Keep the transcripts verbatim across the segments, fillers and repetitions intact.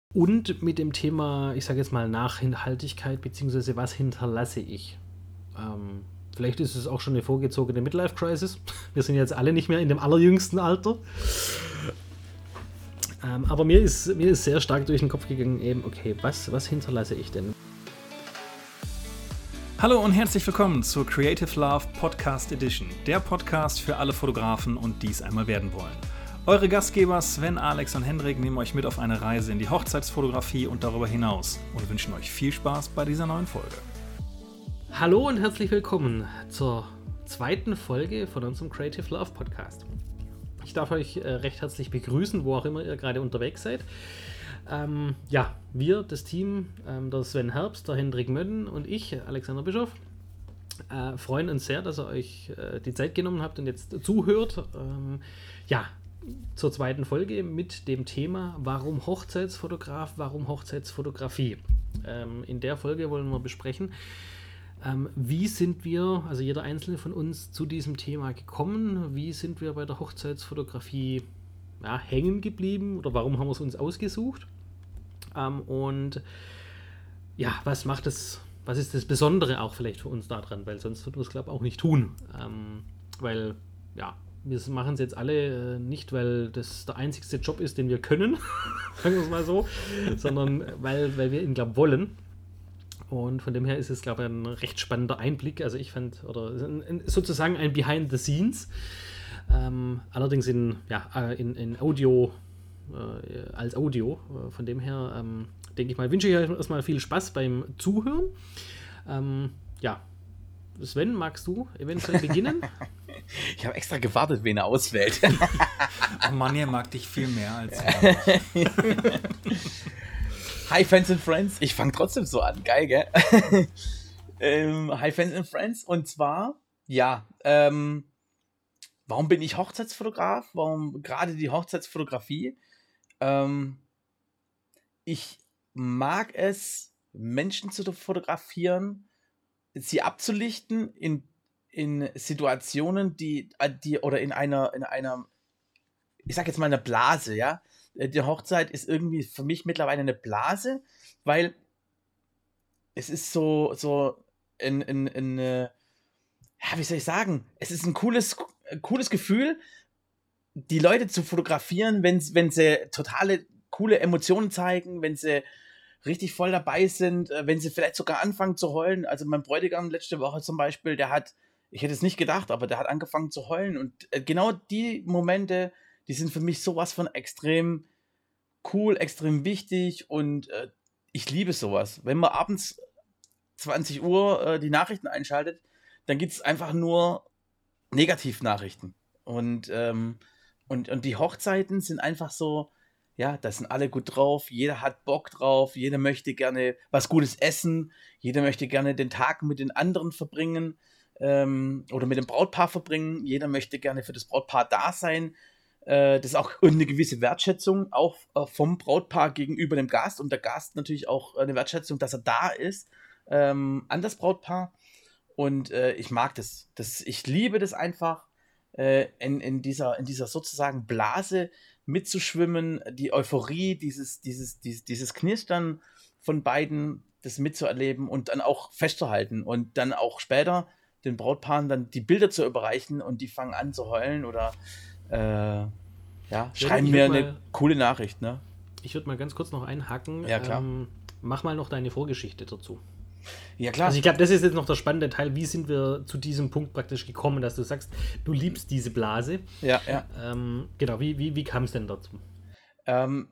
Und mit dem Thema, ich sage jetzt mal, Nachhaltigkeit, beziehungsweise was hinterlasse ich. Ähm, vielleicht ist es auch schon eine vorgezogene Midlife-Crisis. Wir sind jetzt alle nicht mehr in dem allerjüngsten Alter. Ähm, aber mir ist, mir ist sehr stark durch den Kopf gegangen, eben, okay, was, was hinterlasse ich denn? Hallo und herzlich willkommen zur Creative Love Podcast Edition, der Podcast für alle Fotografen und die es einmal werden wollen. Eure Gastgeber Sven, Alex und Hendrik nehmen euch mit auf eine Reise in die Hochzeitsfotografie und darüber hinaus und wünschen euch viel Spaß bei dieser neuen Folge. Hallo und herzlich willkommen zur zweiten Folge von unserem Creative Love Podcast. Ich darf euch äh, recht herzlich begrüßen, wo auch immer ihr gerade unterwegs seid. Ähm, ja, wir, das Team, ähm, der Sven Herbst, der Hendrik Mödden und ich, Alexander Bischof, äh, freuen uns sehr, dass ihr euch äh, die Zeit genommen habt und jetzt zuhört. Ähm, ja, zur zweiten Folge mit dem Thema, warum Hochzeitsfotograf, warum Hochzeitsfotografie. Ähm, in der Folge wollen wir besprechen, ähm, wie sind wir, also jeder einzelne von uns, zu diesem Thema gekommen, wie sind wir bei der Hochzeitsfotografie ja, hängen geblieben oder warum haben wir es uns ausgesucht, ähm, und ja, was macht es, was ist das Besondere auch vielleicht für uns daran, weil sonst würden wir es, glaube ich, auch nicht tun, ähm, weil, ja, wir machen es jetzt alle äh, nicht, weil das der einzigste Job ist, den wir können, sagen wir es mal so, sondern weil, weil wir ihn, glaube ich, wollen. Und von dem her ist es, glaube ich, ein recht spannender Einblick. Also ich fand, oder sozusagen ein Behind the Scenes. Ähm, allerdings in, ja, in, in Audio, äh, als Audio. Von dem her, ähm, denke ich mal, wünsche ich euch erstmal viel Spaß beim Zuhören. Ähm, ja, Sven, magst du eventuell beginnen? Ich habe extra gewartet, wen er auswählt. Oh Mann, ihr mag dich viel mehr als ich. Hi Fans and Friends. Ich fange trotzdem so an. Geil, gell? ähm, hi Fans and Friends. Und zwar, ja, ähm, warum bin ich Hochzeitsfotograf? Warum gerade die Hochzeitsfotografie? Ähm, ich mag es, Menschen zu fotografieren, sie abzulichten in, in Situationen, die, die oder in einer, in einer, ich sag jetzt mal eine Blase, ja. Die Hochzeit ist irgendwie für mich mittlerweile eine Blase, weil es ist so, so ein, ein, ein ja, wie soll ich sagen, es ist ein cooles, ein cooles Gefühl, die Leute zu fotografieren, wenn, wenn sie totale coole Emotionen zeigen, wenn sie richtig voll dabei sind, wenn sie vielleicht sogar anfangen zu heulen. Also mein Bräutigam letzte Woche zum Beispiel, der hat, ich hätte es nicht gedacht, aber der hat angefangen zu heulen. Und genau die Momente, die sind für mich sowas von extrem cool, extrem wichtig und äh, ich liebe sowas. Wenn man abends zwanzig Uhr äh, die Nachrichten einschaltet, dann gibt es einfach nur Negativnachrichten. Und, ähm, und, und die Hochzeiten sind einfach so, ja, da sind alle gut drauf, jeder hat Bock drauf, jeder möchte gerne was Gutes essen, jeder möchte gerne den Tag mit den anderen verbringen ähm, oder mit dem Brautpaar verbringen, jeder möchte gerne für das Brautpaar da sein. Äh, das ist auch eine gewisse Wertschätzung, auch äh, vom Brautpaar gegenüber dem Gast und der Gast natürlich auch eine Wertschätzung, dass er da ist ähm, an das Brautpaar. Und äh, ich mag das. das. Ich liebe das einfach, äh, in, in, dieser, in dieser sozusagen Blase mitzuschwimmen, die Euphorie, dieses, dieses, dieses, dieses Knistern von beiden, das mitzuerleben und dann auch festzuhalten und dann auch später den Brautpaaren dann die Bilder zu überreichen und die fangen an zu heulen oder äh, ja, schreiben mir eine mal, coole Nachricht. Ne? Ich würde mal ganz kurz noch einhaken. Ja, klar. Ähm, mach mal noch deine Vorgeschichte dazu. Ja, klar. Also ich glaube, das ist jetzt noch der spannende Teil. Wie sind wir zu diesem Punkt praktisch gekommen, dass du sagst, du liebst diese Blase? Ja, ja. Ähm, genau, wie, wie, wie kam es denn dazu? Ähm,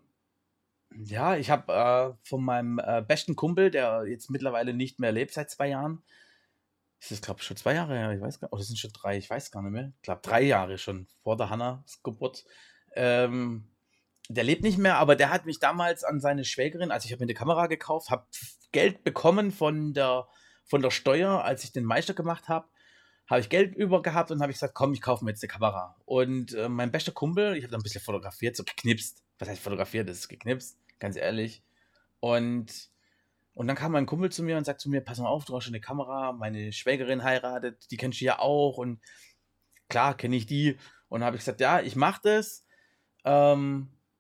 ja, ich habe äh, von meinem äh, besten Kumpel, der jetzt mittlerweile nicht mehr lebt seit zwei Jahren, ist das, glaube ich, schon zwei Jahre her, ich weiß gar nicht, oder oh, sind schon drei, ich weiß gar nicht mehr. Ich glaube, drei Jahre schon, vor der Hannas Geburt. Ähm, der lebt nicht mehr, aber der hat mich damals an seine Schwägerin, also ich habe mir eine Kamera gekauft, habe Geld bekommen von der, von der Steuer, als ich den Meister gemacht habe, habe ich Geld über gehabt und habe ich gesagt, komm, ich kaufe mir jetzt eine Kamera. Und äh, mein bester Kumpel, ich habe da ein bisschen fotografiert, so geknipst. Was heißt fotografiert? Das ist geknipst, ganz ehrlich. Und, und dann kam mein Kumpel zu mir und sagt zu mir, pass mal auf, du hast schon eine Kamera, meine Schwägerin heiratet, die kennst du ja auch. Und klar, kenne ich die. Und habe ich gesagt, ja, ich mache das. Ähm,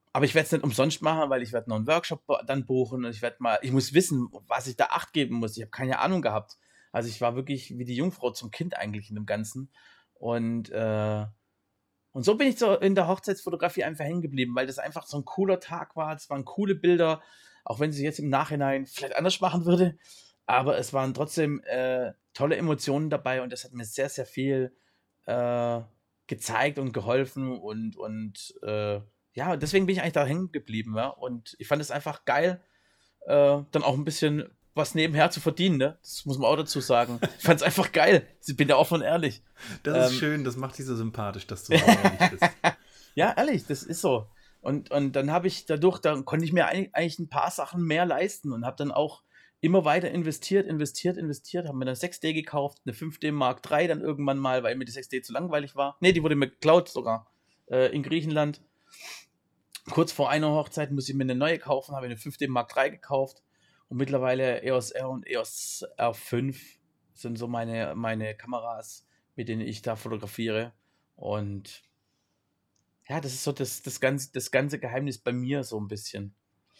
aber ich werde es nicht umsonst machen, weil ich werde noch einen Workshop dann buchen und ich werde mal, ich muss wissen, was ich da Acht geben muss. Ich habe keine Ahnung gehabt. Also ich war wirklich wie die Jungfrau zum Kind eigentlich in dem Ganzen. Und, äh, und so bin ich so in der Hochzeitsfotografie einfach hängen geblieben, weil das einfach so ein cooler Tag war. Es waren coole Bilder, auch wenn sie jetzt im Nachhinein vielleicht anders machen würde. Aber es waren trotzdem äh, tolle Emotionen dabei und das hat mir sehr, sehr viel äh, gezeigt und geholfen und, und äh, ja, deswegen bin ich eigentlich da hängen geblieben, ja. Und ich fand es einfach geil, äh, dann auch ein bisschen was nebenher zu verdienen, ne? Das muss man auch dazu sagen. Ich fand es einfach geil. Ich bin da offen und ehrlich. Das Ähm, ist schön, das macht dich so sympathisch, dass du so ehrlich bist. Ja, ehrlich, das ist so. Und, und dann habe ich dadurch, dann konnte ich mir eigentlich eigentlich ein paar Sachen mehr leisten und habe dann auch immer weiter investiert, investiert, investiert, habe mir eine sechs D gekauft, eine fünf D Mark drei dann irgendwann mal, weil mir die sechs D zu langweilig war. Ne, die wurde mir geklaut sogar äh, in Griechenland. Kurz vor einer Hochzeit muss ich mir eine neue kaufen, habe eine fünf D Mark drei gekauft und mittlerweile E O S R und E O S R fünf sind so meine, meine Kameras, mit denen ich da fotografiere. Und ja, das ist so das, das, ganze, das ganze Geheimnis bei mir so ein bisschen.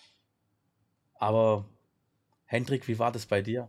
Aber Hendrik, wie war das bei dir?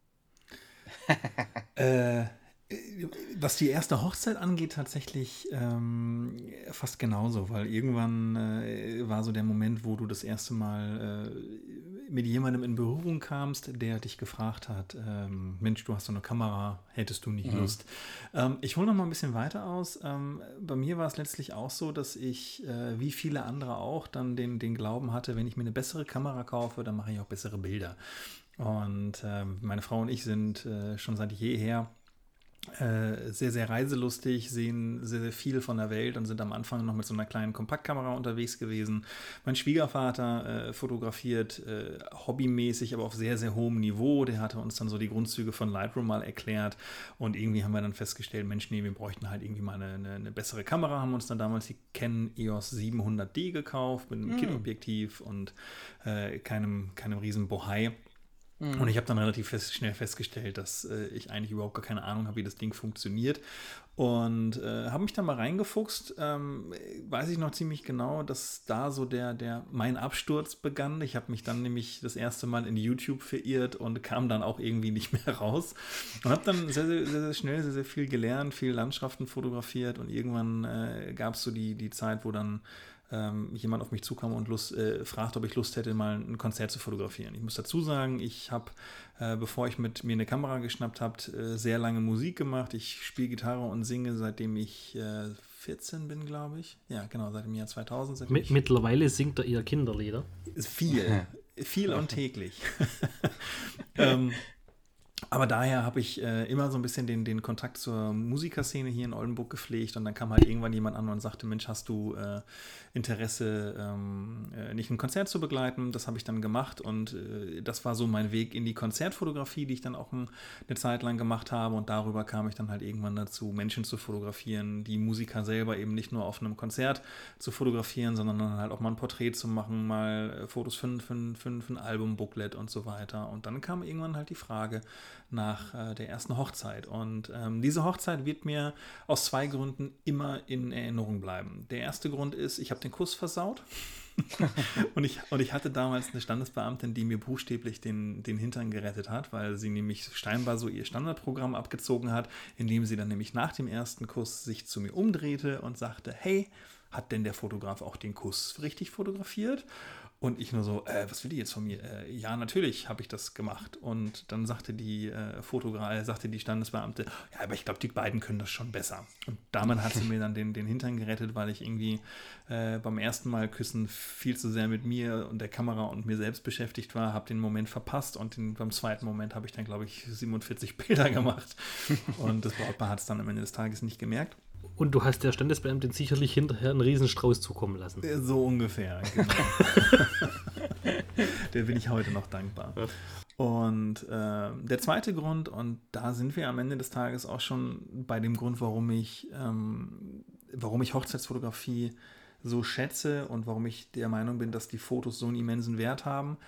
Äh, was die erste Hochzeit angeht, tatsächlich ähm, fast genauso, weil irgendwann äh, war so der Moment, wo du das erste Mal äh, mit jemandem in Berührung kamst, der dich gefragt hat, ähm, Mensch, du hast so eine Kamera, hättest du nicht Mhm. Lust? Ähm, ich hole noch mal ein bisschen weiter aus. Ähm, bei mir war es letztlich auch so, dass ich, äh, wie viele andere auch, dann den, den Glauben hatte, wenn ich mir eine bessere Kamera kaufe, dann mache ich auch bessere Bilder. Und ähm, meine Frau und ich sind äh, schon seit jeher äh, sehr, sehr reiselustig, sehen sehr, sehr viel von der Welt und sind am Anfang noch mit so einer kleinen Kompaktkamera unterwegs gewesen. Mein Schwiegervater äh, fotografiert äh, hobbymäßig, aber auf sehr, sehr hohem Niveau. Der hatte uns dann so die Grundzüge von Lightroom mal erklärt und irgendwie haben wir dann festgestellt, Mensch, nee, wir bräuchten halt irgendwie mal eine, eine, eine bessere Kamera, haben uns dann damals die Canon E O S siebenhundert D gekauft mit einem Mhm. Kit-Objektiv und äh, keinem, keinem riesen Bohai. Mhm. Und ich habe dann relativ fest, schnell festgestellt, dass äh, ich eigentlich überhaupt gar keine Ahnung habe, wie das Ding funktioniert. Und äh, habe mich dann mal reingefuchst. Ähm, weiß ich noch ziemlich genau, dass da so der, der mein Absturz begann. Ich habe mich dann nämlich das erste Mal in YouTube verirrt und kam dann auch irgendwie nicht mehr raus. Und habe dann sehr, sehr, sehr, sehr schnell sehr, sehr viel gelernt, viel Landschaften fotografiert. Und irgendwann äh, gab es so die, die Zeit, wo dann Ähm, jemand auf mich zukam und Lust, äh, fragte, ob ich Lust hätte, mal ein Konzert zu fotografieren. Ich muss dazu sagen, ich habe, äh, bevor ich mit mir eine Kamera geschnappt habe, äh, sehr lange Musik gemacht. Ich spiele Gitarre und singe, seitdem ich äh, vierzehn bin, glaube ich. Ja, genau, seit dem Jahr zweitausend. Seitdem Mit, ich, mittlerweile singt er eher Kinderlieder. viel, viel und täglich. ähm, Aber daher habe ich äh, immer so ein bisschen den, den Kontakt zur Musikerszene hier in Oldenburg gepflegt und dann kam halt irgendwann jemand an und sagte, Mensch, hast du äh, Interesse, ähm, äh, nicht ein Konzert zu begleiten? Das habe ich dann gemacht und äh, das war so mein Weg in die Konzertfotografie, die ich dann auch ein, eine Zeit lang gemacht habe und darüber kam ich dann halt irgendwann dazu, Menschen zu fotografieren, die Musiker selber eben nicht nur auf einem Konzert zu fotografieren, sondern dann halt auch mal ein Porträt zu machen, mal äh, Fotos für, für, für, für ein Album, Booklet und so weiter. Und dann kam irgendwann halt die Frage, nach äh, der ersten Hochzeit. Und ähm, diese Hochzeit wird mir aus zwei Gründen immer in Erinnerung bleiben. Der erste Grund ist, ich habe den Kuss versaut. und, ich, und ich hatte damals eine Standesbeamtin, die mir buchstäblich den, den Hintern gerettet hat, weil sie nämlich scheinbar so ihr Standardprogramm abgezogen hat, indem sie dann nämlich nach dem ersten Kuss sich zu mir umdrehte und sagte, hey, hat denn der Fotograf auch den Kuss richtig fotografiert? Und ich nur so, äh, was will die jetzt von mir? Äh, ja, natürlich habe ich das gemacht. Und dann sagte die äh, Fotograf, äh, sagte die Standesbeamte, ja, aber ich glaube, die beiden können das schon besser. Und damit hat sie mir dann den, den Hintern gerettet, weil ich irgendwie äh, beim ersten Mal küssen viel zu sehr mit mir und der Kamera und mir selbst beschäftigt war, habe den Moment verpasst und den, beim zweiten Moment habe ich dann, glaube ich, siebenundvierzig Bilder gemacht. Und das Brautpaar hat es dann am Ende des Tages nicht gemerkt. Und du hast der Standesbeamtin sicherlich hinterher einen Riesenstrauß zukommen lassen. So ungefähr, genau. Der bin ich heute noch dankbar. Und äh, der zweite Grund, und da sind wir am Ende des Tages auch schon bei dem Grund, warum ich, ähm, warum ich Hochzeitsfotografie so schätze und warum ich der Meinung bin, dass die Fotos so einen immensen Wert haben.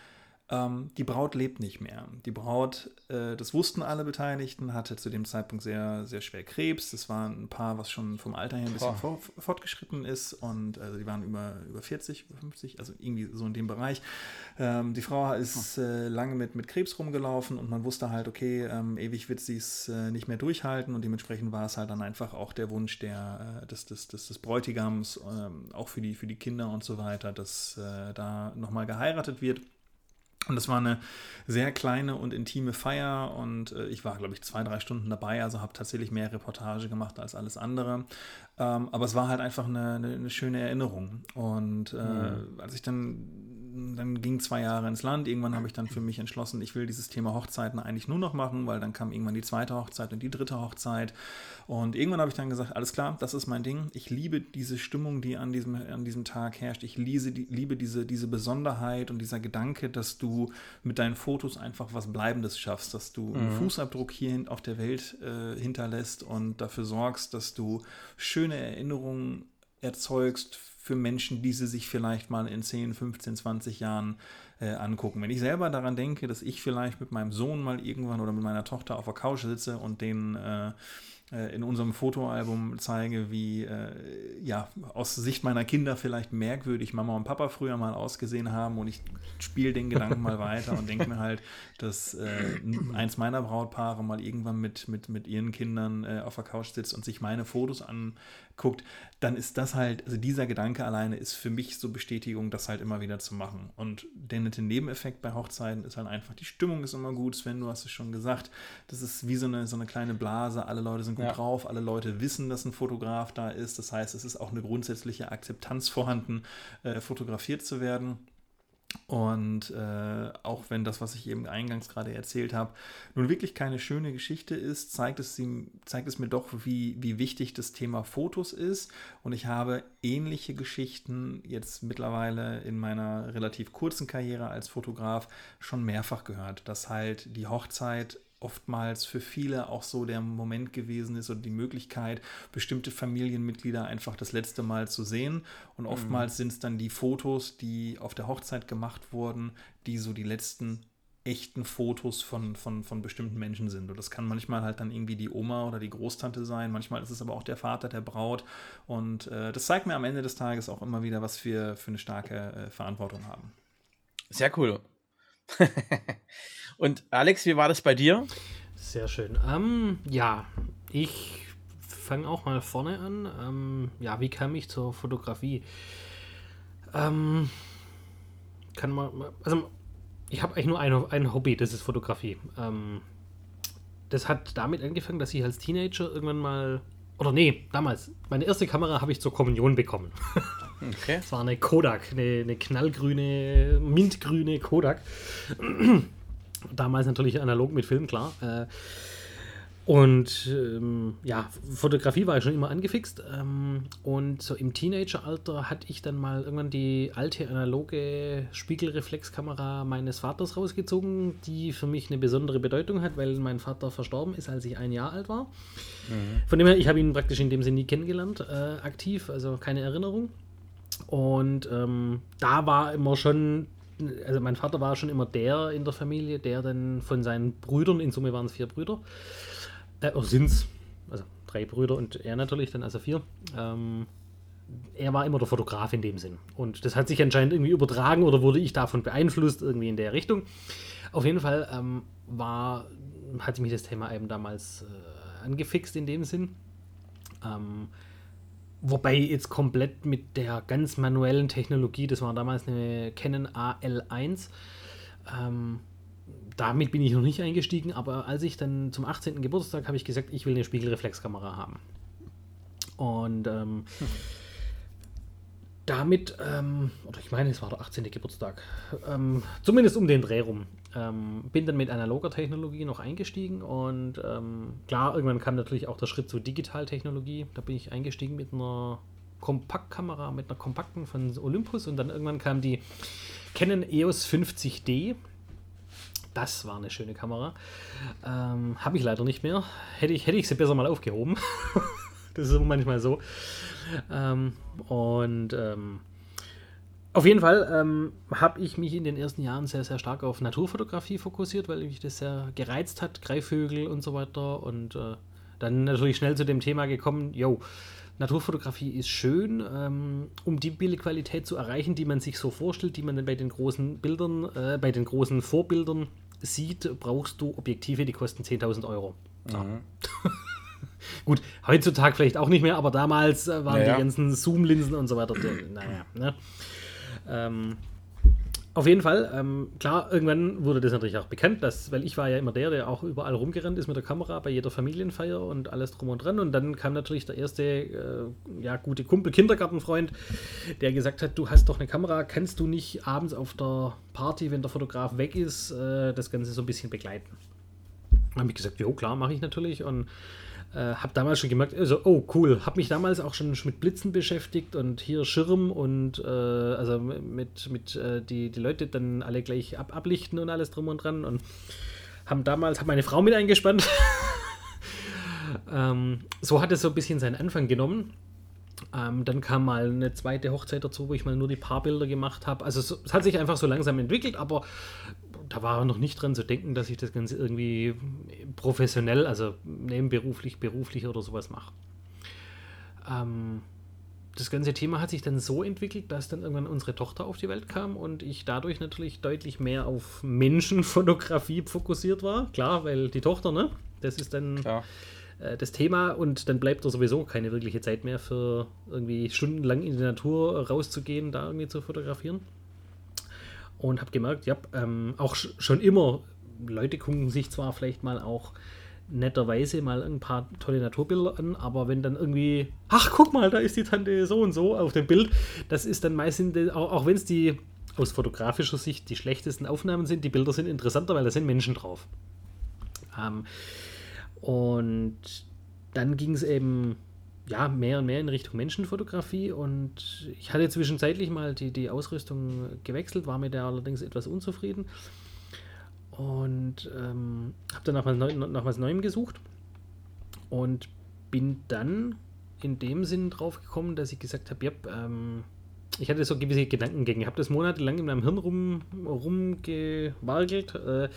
Ähm, die Braut lebt nicht mehr. Die Braut, äh, das wussten alle Beteiligten, hatte zu dem Zeitpunkt sehr, sehr schwer Krebs. Das war ein Paar, was schon vom Alter her ein bisschen vor, fortgeschritten ist und also die waren über, über vierzig, über fünfzig, also irgendwie so in dem Bereich. Ähm, die Frau ist äh, lange mit, mit Krebs rumgelaufen und man wusste halt, okay, ähm, ewig wird sie es äh, nicht mehr durchhalten und dementsprechend war es halt dann einfach auch der Wunsch der, äh, des, des, des, des Bräutigams, äh, auch für die, für die Kinder und so weiter, dass äh, da nochmal geheiratet wird. Und das war eine sehr kleine und intime Feier und äh, ich war, glaube ich, zwei, drei Stunden dabei, also habe tatsächlich mehr Reportage gemacht als alles andere. Ähm, aber es war halt einfach eine, eine, eine schöne Erinnerung. Und äh, mhm. als ich dann, dann ging zwei Jahre ins Land, irgendwann habe ich dann für mich entschlossen, ich will dieses Thema Hochzeiten eigentlich nur noch machen, weil dann kam irgendwann die zweite Hochzeit und die dritte Hochzeit. Und irgendwann habe ich dann gesagt, alles klar, das ist mein Ding. Ich liebe diese Stimmung, die an diesem, an diesem Tag herrscht. Ich liebe, die, liebe diese, diese Besonderheit und dieser Gedanke, dass du mit deinen Fotos einfach was Bleibendes schaffst, dass du mhm. einen Fußabdruck hier auf der Welt äh, hinterlässt und dafür sorgst, dass du schöne Erinnerungen erzeugst für Menschen, die sie sich vielleicht mal in zehn, fünfzehn, zwanzig Jahren äh, angucken. Wenn ich selber daran denke, dass ich vielleicht mit meinem Sohn mal irgendwann oder mit meiner Tochter auf der Couch sitze und den äh, in unserem Fotoalbum zeige, wie äh, ja, aus Sicht meiner Kinder vielleicht merkwürdig Mama und Papa früher mal ausgesehen haben und ich spiele den Gedanken mal weiter und denke mir halt, dass äh, eins meiner Brautpaare mal irgendwann mit, mit, mit ihren Kindern äh, auf der Couch sitzt und sich meine Fotos anguckt, dann ist das halt, also dieser Gedanke alleine ist für mich so Bestätigung, das halt immer wieder zu machen. Und der nette Nebeneffekt bei Hochzeiten ist halt einfach, die Stimmung ist immer gut. Sven, du hast es schon gesagt, das ist wie so eine, so eine kleine Blase, alle Leute sind gut ja. drauf, alle Leute wissen, dass ein Fotograf da ist. Das heißt, es ist auch eine grundsätzliche Akzeptanz vorhanden, äh, fotografiert zu werden. Und äh, auch wenn das, was ich eben eingangs gerade erzählt habe, nun wirklich keine schöne Geschichte ist, zeigt es, sie, zeigt es mir doch, wie, wie wichtig das Thema Fotos ist. Und ich habe ähnliche Geschichten jetzt mittlerweile in meiner relativ kurzen Karriere als Fotograf schon mehrfach gehört, dass halt die Hochzeit oftmals für viele auch so der Moment gewesen ist oder die Möglichkeit, bestimmte Familienmitglieder einfach das letzte Mal zu sehen. Und oftmals mhm. sind es dann die Fotos, die auf der Hochzeit gemacht wurden, die so die letzten echten Fotos von, von, von bestimmten Menschen sind. Und das kann manchmal halt dann irgendwie die Oma oder die Großtante sein, manchmal ist es aber auch der Vater der Braut. Und äh, das zeigt mir am Ende des Tages auch immer wieder, was wir für eine starke äh, Verantwortung haben. Sehr cool. Und Alex, wie war das bei dir? Sehr schön. Ähm, ja, ich fange auch mal vorne an. Ähm, ja, wie kam ich zur Fotografie? Ähm, kann man, also ich habe eigentlich nur ein, ein Hobby, das ist Fotografie. Ähm, das hat damit angefangen, dass ich als Teenager irgendwann mal, oder nee, damals, meine erste Kamera habe ich zur Kommunion bekommen. Okay. Das war eine Kodak, eine, eine knallgrüne, mintgrüne Kodak. Damals natürlich analog mit Film, klar. Und ähm, ja, Fotografie war ich schon immer angefixt. Ähm, und so im Teenageralter hatte ich dann mal irgendwann die alte analoge Spiegelreflexkamera meines Vaters rausgezogen, die für mich eine besondere Bedeutung hat, weil mein Vater verstorben ist, als ich ein Jahr alt war. Mhm. Von dem her, ich habe ihn praktisch in dem Sinne nie kennengelernt, äh, aktiv, also keine Erinnerung. Und ähm, da war immer schon, also mein Vater war schon immer der in der Familie, der dann von seinen Brüdern, in Summe waren es vier Brüder, äh, oder sind es, also drei Brüder und er natürlich, dann also vier, ähm, er war immer der Fotograf in dem Sinn. Und das hat sich anscheinend irgendwie übertragen oder wurde ich davon beeinflusst, irgendwie in der Richtung. Auf jeden Fall ähm, war, hatte mich das Thema eben damals äh, angefixt in dem Sinn. Ähm, Wobei jetzt komplett mit der ganz manuellen Technologie, das war damals eine Canon A L eins, ähm, damit bin ich noch nicht eingestiegen, aber als ich dann zum achtzehnten Geburtstag habe ich gesagt, ich will eine Spiegelreflexkamera haben. Und ähm, hm. damit, ähm, oder ich meine, es war der achtzehnte Geburtstag, ähm, zumindest um den Dreh rum, ähm, bin dann mit analoger Technologie noch eingestiegen und ähm, klar, irgendwann kam natürlich auch der Schritt zur Digitaltechnologie. Da bin ich eingestiegen mit einer Kompaktkamera, mit einer kompakten von Olympus und dann irgendwann kam die Canon E O S fünfzig D. Das war eine schöne Kamera. Ähm, habe ich leider nicht mehr. Hätte ich, hätte ich sie besser mal aufgehoben. Das ist manchmal so. Ähm, und ähm, Auf jeden Fall ähm, habe ich mich in den ersten Jahren sehr, sehr stark auf Naturfotografie fokussiert, weil mich das sehr gereizt hat, Greifvögel und so weiter. Und äh, dann natürlich schnell zu dem Thema gekommen, yo, Naturfotografie ist schön, ähm, um die Bildqualität zu erreichen, die man sich so vorstellt, die man dann bei den großen Bildern, äh, bei den großen Vorbildern sieht, brauchst du Objektive, die kosten zehntausend Euro. So. Mhm. Gut, heutzutage vielleicht auch nicht mehr, aber damals äh, waren naja. die ganzen Zoom-Linsen und so weiter. Die, naja, ne? Ähm, auf jeden Fall, ähm, klar, irgendwann wurde das natürlich auch bekannt, dass, weil ich war ja immer der, der auch überall rumgerannt ist mit der Kamera bei jeder Familienfeier und alles drum und dran. Und dann kam natürlich der erste äh, ja, gute Kumpel, Kindergartenfreund, der gesagt hat, du hast doch eine Kamera, kannst du nicht abends auf der Party, wenn der Fotograf weg ist, äh, das Ganze so ein bisschen begleiten? Dann habe ich gesagt, jo, klar, mache ich natürlich. Und Äh, habe damals schon gemerkt, also, oh cool, habe mich damals auch schon mit Blitzen beschäftigt und hier Schirm und äh, also mit, mit äh, die, die Leute dann alle gleich ab, ablichten und alles drum und dran und haben damals, habe meine Frau mit eingespannt. ähm, so hat es so ein bisschen seinen Anfang genommen. Ähm, dann kam mal eine zweite Hochzeit dazu, wo ich mal nur die Paarbilder gemacht habe. Also so, es hat sich einfach so langsam entwickelt, aber da war noch nicht dran zu denken, dass ich das Ganze irgendwie professionell, also nebenberuflich, beruflich oder sowas mache. Ähm, das ganze Thema hat sich dann so entwickelt, dass dann irgendwann unsere Tochter auf die Welt kam und ich dadurch natürlich deutlich mehr auf Menschenfotografie fokussiert war. Klar, weil die Tochter, ne? Das ist dann Klar. äh, das Thema und dann bleibt da sowieso keine wirkliche Zeit mehr für irgendwie stundenlang in die Natur rauszugehen, da irgendwie zu fotografieren. Und habe gemerkt, ja, ähm, auch sch- schon immer, Leute gucken sich zwar vielleicht mal auch netterweise mal ein paar tolle Naturbilder an, aber wenn dann irgendwie, ach, guck mal, da ist die Tante so und so auf dem Bild, das ist dann meistens, auch, auch wenn es die aus fotografischer Sicht die schlechtesten Aufnahmen sind, die Bilder sind interessanter, weil da sind Menschen drauf. Ähm, und dann ging es eben ja, mehr und mehr in Richtung Menschenfotografie und ich hatte zwischenzeitlich mal die, die Ausrüstung gewechselt, war mit der allerdings etwas unzufrieden und ähm, habe dann nach was, Neu- nach was Neuem gesucht und bin dann in dem Sinn drauf gekommen, dass ich gesagt habe, ja, ähm, ich hatte so gewisse Gedankengänge, ich habe das monatelang in meinem Hirn rum, rumgewargelt. Äh,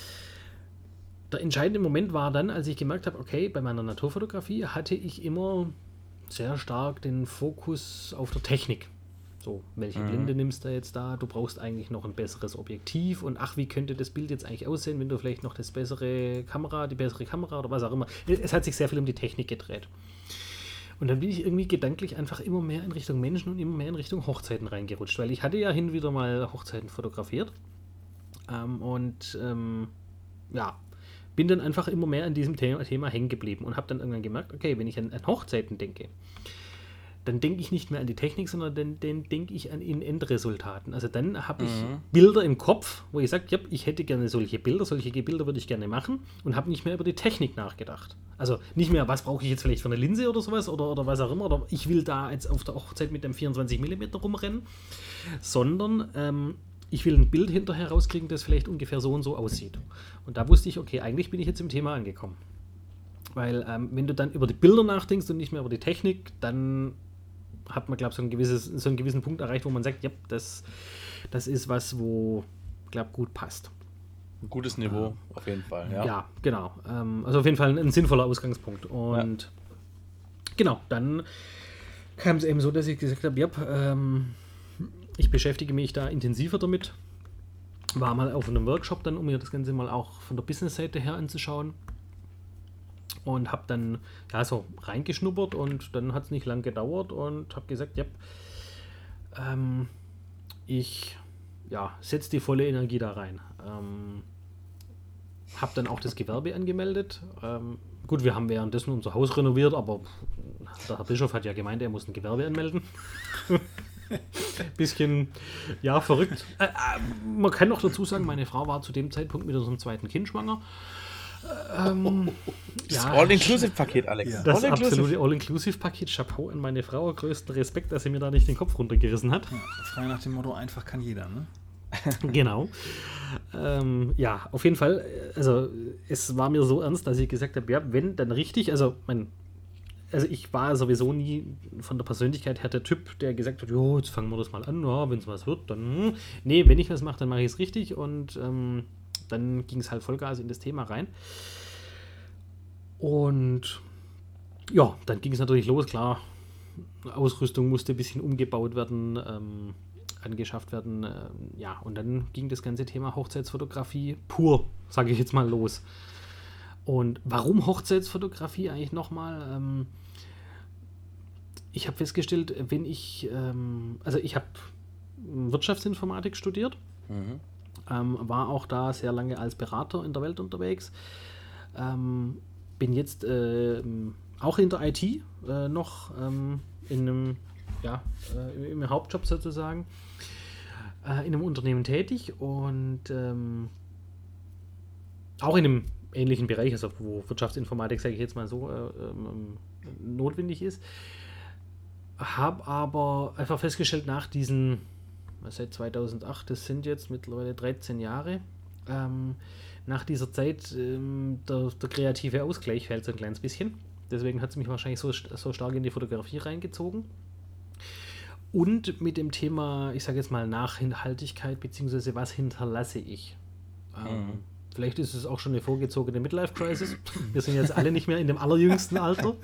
Der entscheidende Moment war dann, als ich gemerkt habe, okay, bei meiner Naturfotografie hatte ich immer sehr stark den Fokus auf der Technik. So, welche mhm. Blende nimmst du jetzt da? Du brauchst eigentlich noch ein besseres Objektiv und ach, wie könnte das Bild jetzt eigentlich aussehen, wenn du vielleicht noch das bessere Kamera, die bessere Kamera oder was auch immer. Es hat sich sehr viel um die Technik gedreht. Und dann bin ich irgendwie gedanklich einfach immer mehr in Richtung Menschen und immer mehr in Richtung Hochzeiten reingerutscht, weil ich hatte ja hin und wieder mal Hochzeiten fotografiert ähm, und ähm, ja, bin dann einfach immer mehr an diesem Thema, Thema hängen geblieben und habe dann irgendwann gemerkt, okay, wenn ich an, an Hochzeiten denke, dann denke ich nicht mehr an die Technik, sondern dann, dann denke ich an in Endresultaten. Also dann habe ich mhm. Bilder im Kopf, wo ich sage, ja, ich hätte gerne solche Bilder, solche Bilder würde ich gerne machen und habe nicht mehr über die Technik nachgedacht. Also nicht mehr, was brauche ich jetzt vielleicht für eine Linse oder sowas oder, oder was auch immer, oder ich will da jetzt auf der Hochzeit mit dem vierundzwanzig Millimeter rumrennen, sondern ähm, ich will ein Bild hinterher rauskriegen, das vielleicht ungefähr so und so aussieht. Und da wusste ich, okay, eigentlich bin ich jetzt im Thema angekommen. Weil ähm, wenn du dann über die Bilder nachdenkst und nicht mehr über die Technik, dann hat man, glaube ich, so, ein gewisses, so einen gewissen Punkt erreicht, wo man sagt, ja, das, das ist was, wo, glaube ich, gut passt. Ein gutes Niveau, ähm, auf jeden Fall. Ja, ja genau. Ähm, also auf jeden Fall ein, ein sinnvoller Ausgangspunkt. Und ja. genau, dann kam es eben so, dass ich gesagt habe, ja, ähm, ich beschäftige mich da intensiver damit. War mal auf einem Workshop dann, um mir das Ganze mal auch von der Business-Seite her anzuschauen. Und habe dann ja so reingeschnuppert und dann hat es nicht lang gedauert und habe gesagt, ja, ähm, ich ja, setze die volle Energie da rein. Ähm, habe dann auch das Gewerbe angemeldet. Ähm, gut, wir haben währenddessen unser Haus renoviert, aber der Herr Bischof hat ja gemeint, er muss ein Gewerbe anmelden. Bisschen, ja, verrückt. Äh, äh, man kann noch dazu sagen, meine Frau war zu dem Zeitpunkt mit unserem zweiten Kind schwanger. Ähm, das ja, All-Inclusive-Paket, Alex. Ja. Das All absolute All-Inclusive-Paket. Chapeau an meine Frau. Größten Respekt, dass sie mir da nicht den Kopf runtergerissen hat. Ja, frei nach dem Motto, einfach kann jeder, ne? Genau. Ähm, ja, auf jeden Fall. Also, es war mir so ernst, dass ich gesagt habe, ja, wenn, dann richtig. Also, mein, also ich war sowieso nie von der Persönlichkeit her der Typ, der gesagt hat, jo, jetzt fangen wir das mal an, ja, wenn es was wird, dann, nee, wenn ich was mache, dann mache ich es richtig und ähm, dann ging es halt Vollgas in das Thema rein. Und ja, dann ging es natürlich los, klar, Ausrüstung musste ein bisschen umgebaut werden, ähm, angeschafft werden, äh, ja, und dann ging das ganze Thema Hochzeitsfotografie pur, sage ich jetzt mal, los. Und warum Hochzeitsfotografie eigentlich nochmal? Ähm, ich habe festgestellt, wenn ich, ähm, also ich habe Wirtschaftsinformatik studiert, mhm. ähm, war auch da sehr lange als Berater in der Welt unterwegs, ähm, bin jetzt äh, auch in der I T äh, noch ähm, in einem, ja, äh, im Hauptjob sozusagen, äh, in einem Unternehmen tätig und ähm, auch in einem ähnlichen Bereich, also wo Wirtschaftsinformatik, sage ich jetzt mal so, äh, ähm, notwendig ist. Habe aber einfach festgestellt, nach diesen, seit zweitausendacht, das sind jetzt mittlerweile dreizehn Jahre, ähm, nach dieser Zeit ähm, der, der kreative Ausgleich fällt so ein kleines bisschen. Deswegen hat es mich wahrscheinlich so, so stark in die Fotografie reingezogen. Und mit dem Thema, ich sage jetzt mal, Nachhaltigkeit, beziehungsweise was hinterlasse ich. Ähm, mhm. Vielleicht ist es auch schon eine vorgezogene Midlife-Crisis. Wir sind jetzt alle nicht mehr in dem allerjüngsten Alter.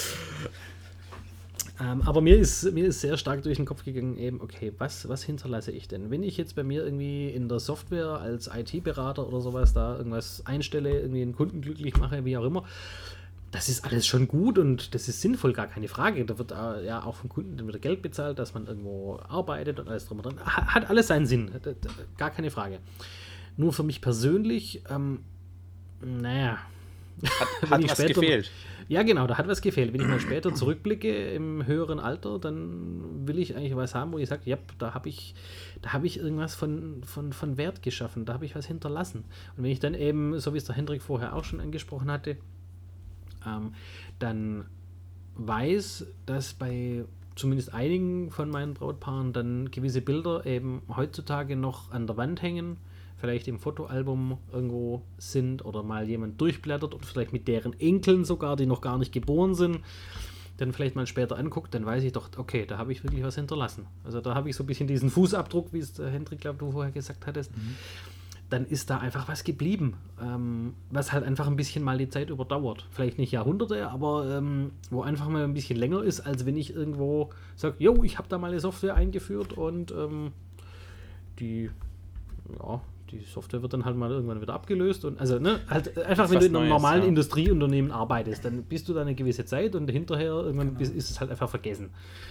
Ähm, aber mir ist, mir ist sehr stark durch den Kopf gegangen, eben, okay, was, was hinterlasse ich denn? Wenn ich jetzt bei mir irgendwie in der Software als I T-Berater oder sowas da irgendwas einstelle, irgendwie einen Kunden glücklich mache, wie auch immer, das ist alles schon gut und das ist sinnvoll, gar keine Frage. Da wird ja auch vom Kunden dann wieder Geld bezahlt, dass man irgendwo arbeitet und alles drum und dran. Hat alles seinen Sinn, gar keine Frage. Nur für mich persönlich, ähm, naja. Hat, hat was später, gefehlt. Ja, genau, da hat was gefehlt. Wenn ich mal später zurückblicke im höheren Alter, dann will ich eigentlich was haben, wo ich sage, ja, da habe ich, da habe ich irgendwas von, von, von Wert geschaffen, da habe ich was hinterlassen. Und wenn ich dann eben, so wie es der Hendrik vorher auch schon angesprochen hatte, ähm, dann weiß, dass bei zumindest einigen von meinen Brautpaaren dann gewisse Bilder eben heutzutage noch an der Wand hängen, vielleicht im Fotoalbum irgendwo sind oder mal jemand durchblättert und vielleicht mit deren Enkeln sogar, die noch gar nicht geboren sind, dann vielleicht mal später anguckt, dann weiß ich doch, okay, da habe ich wirklich was hinterlassen. Also da habe ich so ein bisschen diesen Fußabdruck, wie es der Hendrik, glaube du vorher gesagt hattest, mhm. dann ist da einfach was geblieben, ähm, was halt einfach ein bisschen mal die Zeit überdauert. Vielleicht nicht Jahrhunderte, aber ähm, wo einfach mal ein bisschen länger ist, als wenn ich irgendwo sage, jo, ich habe da mal eine Software eingeführt und ähm, die, ja, die Software wird dann halt mal irgendwann wieder abgelöst und also ne, halt einfach, wenn du in einem Neues, normalen ja. Industrieunternehmen arbeitest, dann bist du da eine gewisse Zeit und hinterher irgendwann genau. ist es halt einfach vergessen.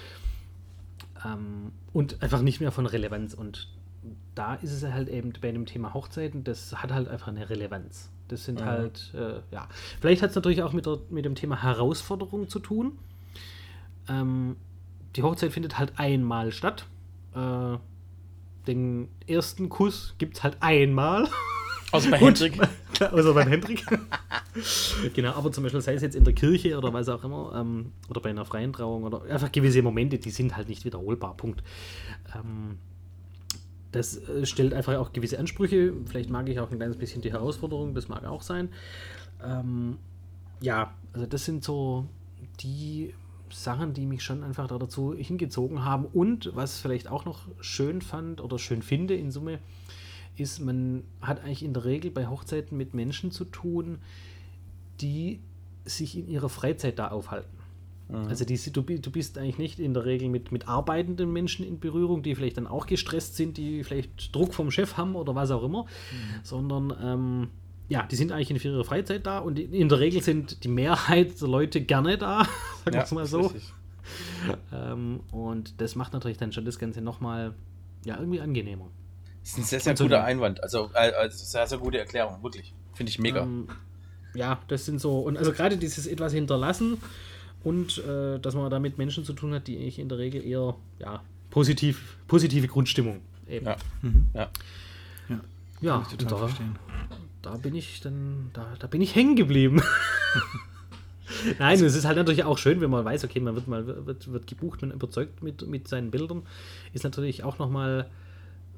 Ähm, und einfach nicht mehr von Relevanz und da ist es halt eben bei dem Thema Hochzeiten, das hat halt einfach eine Relevanz. Das sind mhm. halt, äh, ja, vielleicht hat es natürlich auch mit, der, mit dem Thema Herausforderung zu tun. Ähm, die Hochzeit findet halt einmal statt. Äh, Den ersten Kuss gibt es halt einmal. Außer bei Hendrik. Außer beim Hendrik. Genau, aber zum Beispiel sei es jetzt in der Kirche oder was auch immer, ähm, oder bei einer freien Trauung oder einfach gewisse Momente, die sind halt nicht wiederholbar, Punkt. Ähm, das äh, stellt einfach auch gewisse Ansprüche. Vielleicht mag ich auch ein kleines bisschen die Herausforderung, das mag auch sein. Ähm, ja, also das sind so die Sachen, die mich schon einfach da dazu hingezogen haben. Und was vielleicht auch noch schön fand oder schön finde in Summe, ist, man hat eigentlich in der Regel bei Hochzeiten mit Menschen zu tun, die sich in ihrer Freizeit da aufhalten. Mhm. Also die, du, du bist eigentlich nicht in der Regel mit, mit arbeitenden Menschen in Berührung, die vielleicht dann auch gestresst sind, die vielleicht Druck vom Chef haben oder was auch immer, mhm. sondern ähm, ja, die sind eigentlich in ihrer Freizeit da und in der Regel sind die Mehrheit der Leute gerne da, sagen wir es mal so. Ähm, und das macht natürlich dann schon das Ganze nochmal ja, irgendwie angenehmer. Das ist ein sehr, sehr guter so, Einwand, also, also sehr, sehr gute Erklärung, wirklich. Finde ich mega. Ähm, ja, das sind so, und also gerade dieses etwas hinterlassen und äh, dass man da mit Menschen zu tun hat, die ich in der Regel eher ja, positiv, positive Grundstimmung eben. Ja, mhm. ja. ja. Ja, ich total da, verstehen. Da bin ich dann, da, da bin ich hängen geblieben. Nein, also, es ist halt natürlich auch schön, wenn man weiß, okay, man wird mal wird, wird gebucht, man überzeugt mit, mit seinen Bildern. Ist natürlich auch nochmal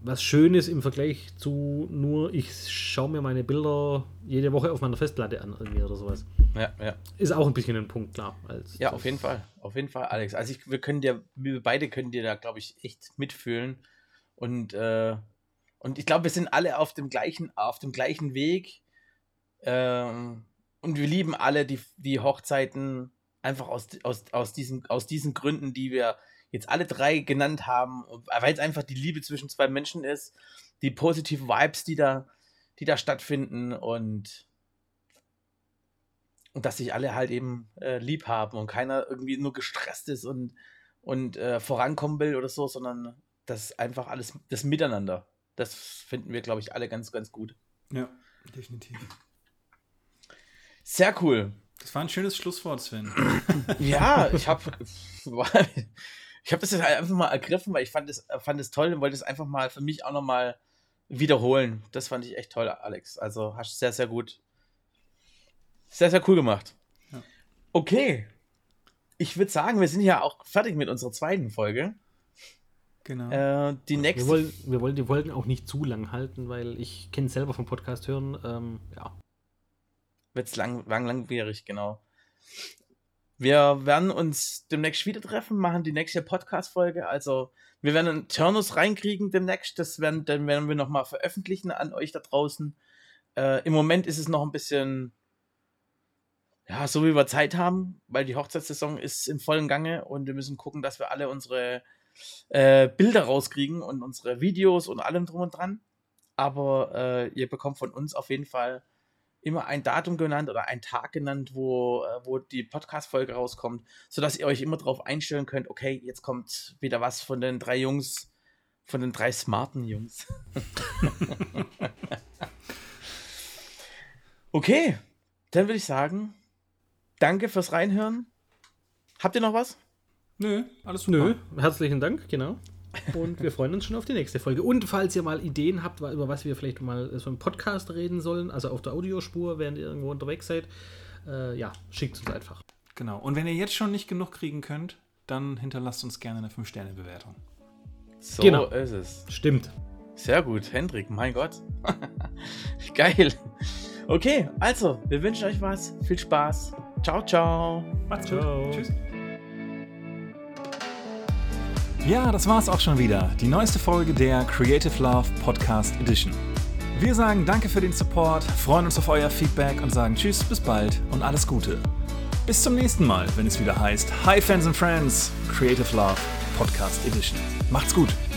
was Schönes im Vergleich zu nur, ich schaue mir meine Bilder jede Woche auf meiner Festplatte an irgendwie oder sowas. Ja, ja. Ist auch ein bisschen ein Punkt, klar. Als ja, auf jeden Fall. Auf jeden Fall, Alex. Also ich, wir können dir, wir beide können dir da, glaube ich, echt mitfühlen. Und, äh, und ich glaube, wir sind alle auf dem gleichen, auf dem gleichen Weg. Ähm, und wir lieben alle die, die Hochzeiten einfach aus, aus, aus, diesen, aus diesen Gründen, die wir jetzt alle drei genannt haben, weil es einfach die Liebe zwischen zwei Menschen ist, die positiven Vibes, die da, die da stattfinden und, und dass sich alle halt eben äh, lieb haben und keiner irgendwie nur gestresst ist und, und äh, vorankommen will oder so, sondern das einfach alles, das Miteinander, das finden wir, glaube ich, alle ganz, ganz gut. Ja, definitiv. Sehr cool. Das war ein schönes Schlusswort, Sven. Ja, ich habe ich hab das jetzt einfach mal ergriffen, weil ich fand es fand es toll und wollte es einfach mal für mich auch nochmal wiederholen. Das fand ich echt toll, Alex. Also hast du sehr, sehr gut, sehr, sehr cool gemacht. Ja. Okay. Ich würde sagen, wir sind ja auch fertig mit unserer zweiten Folge. Genau. Äh, die nächste. Wir wollen, wir wollen die Folgen auch nicht zu lang halten, weil ich kenne es selber vom Podcast hören. Ähm, ja. Wird es lang, lang, langwierig, genau. Wir werden uns demnächst wieder treffen, machen die nächste Podcast-Folge. Also, wir werden einen Turnus reinkriegen demnächst. Das werden, dann werden wir nochmal veröffentlichen an euch da draußen. Äh, Im Moment ist es noch ein bisschen, ja, so wie wir Zeit haben, weil die Hochzeitssaison ist im vollen Gange und wir müssen gucken, dass wir alle unsere äh, Bilder rauskriegen und unsere Videos und allem drum und dran. Aber äh, ihr bekommt von uns auf jeden Fall immer ein Datum genannt oder einen Tag genannt, wo, wo die Podcast-Folge rauskommt, sodass ihr euch immer darauf einstellen könnt, okay, jetzt kommt wieder was von den drei Jungs, von den drei smarten Jungs. Okay, dann würde ich sagen, danke fürs Reinhören. Habt ihr noch was? Nö, alles super. Nö, herzlichen Dank, genau. Und wir freuen uns schon auf die nächste Folge. Und falls ihr mal Ideen habt, über was wir vielleicht mal so im Podcast reden sollen, also auf der Audiospur, während ihr irgendwo unterwegs seid, äh, ja, schickt uns einfach. Genau. Und wenn ihr jetzt schon nicht genug kriegen könnt, dann hinterlasst uns gerne eine fünf Sterne Bewertung. So genau. ist es. Stimmt. Sehr gut, Hendrik, mein Gott. Geil. Okay, also, wir wünschen euch was. Viel Spaß. Ciao, ciao. Macht's Ciao. gut. Tschüss. Ja, das war's auch schon wieder. Die neueste Folge der Creative Love Podcast Edition. Wir sagen danke für den Support, freuen uns auf euer Feedback und sagen tschüss, bis bald und alles Gute. Bis zum nächsten Mal, wenn es wieder heißt Hi Fans and Friends, Creative Love Podcast Edition. Macht's gut.